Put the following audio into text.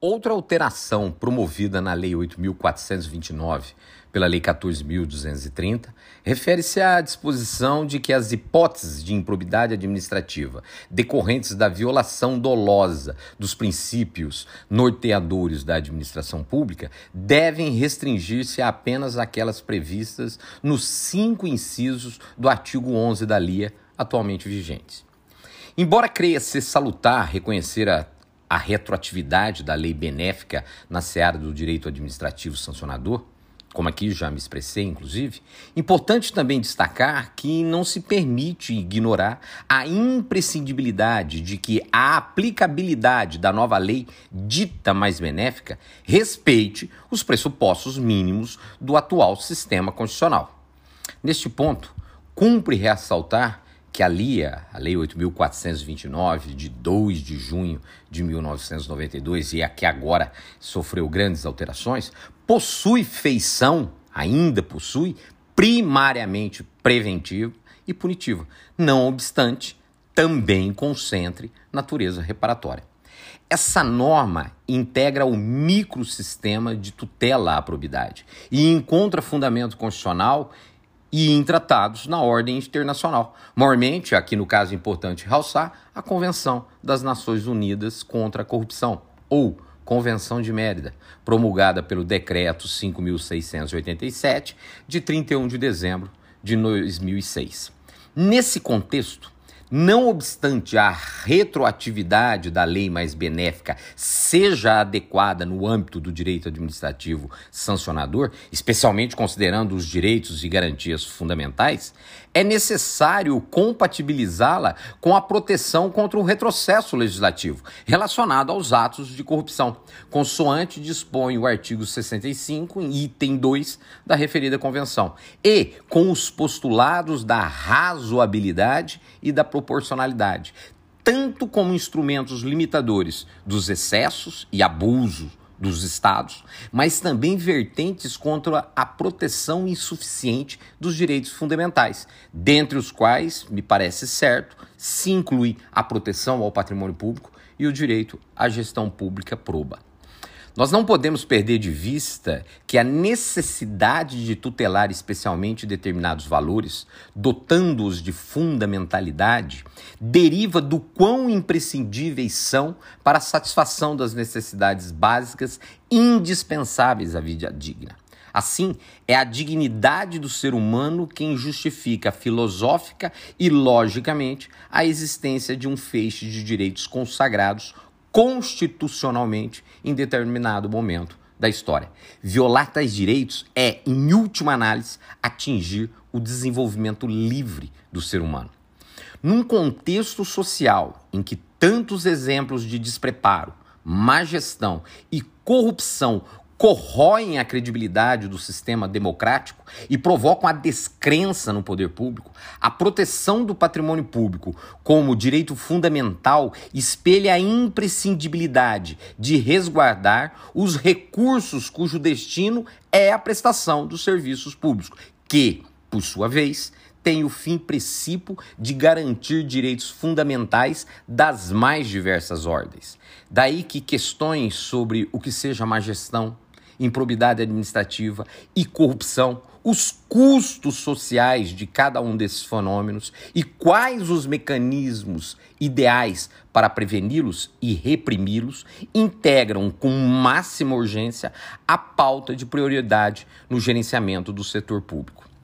Outra alteração promovida na Lei 8.429, pela Lei 14.230, refere-se à disposição de que as hipóteses de improbidade administrativa decorrentes da violação dolosa dos princípios norteadores da administração pública devem restringir-se a apenas aquelas previstas nos 5 incisos do artigo 11 da LIA atualmente vigentes. Embora creia ser salutar reconhecer a retroatividade da lei benéfica na seara do direito administrativo sancionador, como aqui já me expressei, inclusive, importante também destacar que não se permite ignorar a imprescindibilidade de que a aplicabilidade da nova lei dita mais benéfica respeite os pressupostos mínimos do atual sistema constitucional. Neste ponto, cumpre ressaltar que a LIA, a Lei 8.429, de 2 de junho de 1992, e a que agora sofreu grandes alterações, ainda possui, primariamente preventiva e punitiva, não obstante, também concentre natureza reparatória. Essa norma integra o microsistema de tutela à probidade e encontra fundamento constitucional e em tratados na ordem internacional. Maiormente, aqui no caso importante realçar, a Convenção das Nações Unidas contra a Corrupção, ou Convenção de Mérida, promulgada pelo Decreto 5.687, de 31 de dezembro de 2006. Nesse contexto, não obstante a retroatividade da lei mais benéfica seja adequada no âmbito do direito administrativo sancionador, especialmente considerando os direitos e garantias fundamentais, é necessário compatibilizá-la com a proteção contra o retrocesso legislativo relacionado aos atos de corrupção, consoante dispõe o artigo 65, item 2 da referida convenção, e com os postulados da razoabilidade e da proporcionalidade, tanto como instrumentos limitadores dos excessos e abusos dos estados, mas também vertentes contra a proteção insuficiente dos direitos fundamentais, dentre os quais, me parece certo, se inclui a proteção ao patrimônio público e o direito à gestão pública proba. Nós não podemos perder de vista que a necessidade de tutelar especialmente determinados valores, dotando-os de fundamentalidade, deriva do quão imprescindíveis são para a satisfação das necessidades básicas indispensáveis à vida digna. Assim, é a dignidade do ser humano quem justifica filosófica e logicamente a existência de um feixe de direitos consagrados constitucionalmente em determinado momento da história. Violar tais direitos é, em última análise, atingir o desenvolvimento livre do ser humano. Num contexto social em que tantos exemplos de despreparo, má gestão e corrupção corroem a credibilidade do sistema democrático e provocam a descrença no poder público, a proteção do patrimônio público como direito fundamental espelha a imprescindibilidade de resguardar os recursos cujo destino é a prestação dos serviços públicos, que, por sua vez, tem o fim precípuo de garantir direitos fundamentais das mais diversas ordens. Daí que questões sobre o que seja má gestão, improbidade administrativa e corrupção, os custos sociais de cada um desses fenômenos e quais os mecanismos ideais para preveni-los e reprimi-los integram com máxima urgência a pauta de prioridade no gerenciamento do setor público.